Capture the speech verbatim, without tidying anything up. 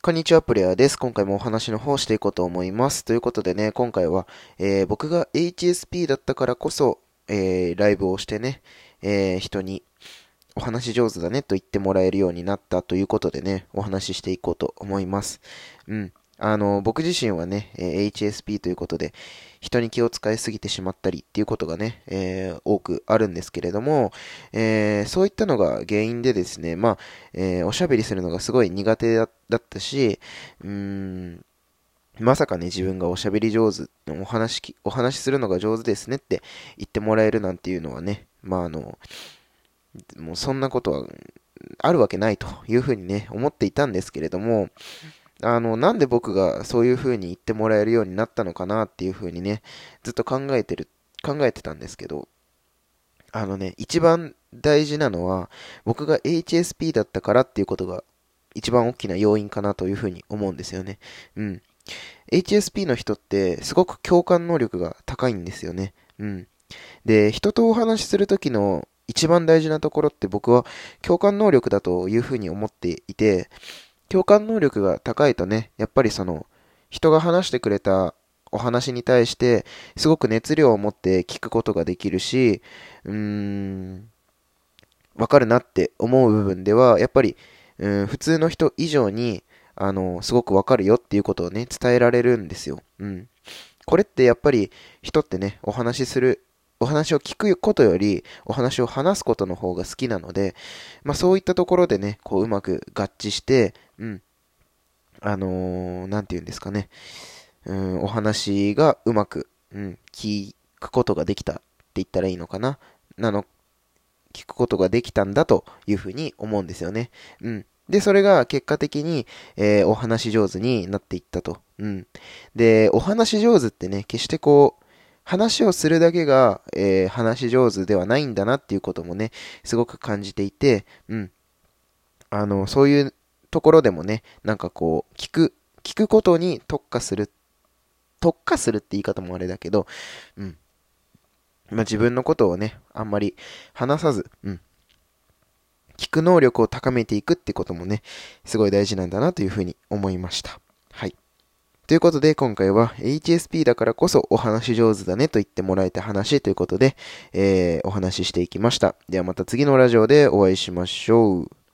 こんにちは、プレイヤーです。今回もお話の方をしていこうと思います。ということでね、今回は、えー僕が エイチエスピー だったからこそ、えーライブをしてね、えー人にお話上手だねと言ってもらえるようになったということでね、お話ししていこうと思います。うん。あの、僕自身はね、えー エイチエスピー ということで、人に気を使いすぎてしまったりっていうことがね、えー多くあるんですけれども、えーそういったのが原因でですね、まあ、えーおしゃべりするのがすごい苦手だだったし、うーん、まさかね、自分がおしゃべり上手、お話き、お話しするのが上手ですねって言ってもらえるなんていうのはね、まああの、もうそんなことはあるわけないというふうにね、思っていたんですけれども、あの、なんで僕がそういうふうに言ってもらえるようになったのかなっていうふうにね、ずっと考えてる、考えてたんですけど、あのね、一番大事なのは、僕が エイチエスピー だったからっていうことが一番大きな要因かなというふうに思うんですよね。うん。エイチエスピー の人ってすごく共感能力が高いんですよね。うん。で、人とお話しするときの一番大事なところって僕は共感能力だというふうに思っていて、共感能力が高いとね、やっぱりその人が話してくれたお話に対してすごく熱量を持って聞くことができるし、うーん、わかるなって思う部分では、やっぱり、うん、普通の人以上に、あの、すごくわかるよっていうことをね、伝えられるんですよ。うん。これってやっぱり人ってね、お話しする、お話を聞くことより、お話を話すことの方が好きなので、まあそういったところでね、こううまく合致して、うん、あのーなんて言うんですかね、うん、お話がうまく、うん、聞くことができたって言ったらいいのかな。なの聞くことができたんだというふうに思うんですよね。うん。で、それが結果的に、えーお話上手になっていったと。うん。で、お話上手ってね、決してこう、話をするだけが、えー話上手ではないんだなっていうこともね、すごく感じていて、うん。あの、そういうところでもね、なんかこう、聞く、聞くことに特化する、特化するって言い方もあれだけど、うん。まあ、自分のことをね、あんまり話さず、うん。聞く能力を高めていくってこともね、すごい大事なんだなというふうに思いました。はい。ということで、今回は エイチエスピー だからこそお話上手だねと言ってもらえた話ということで、えー、お話ししていきました。ではまた次のラジオでお会いしましょう。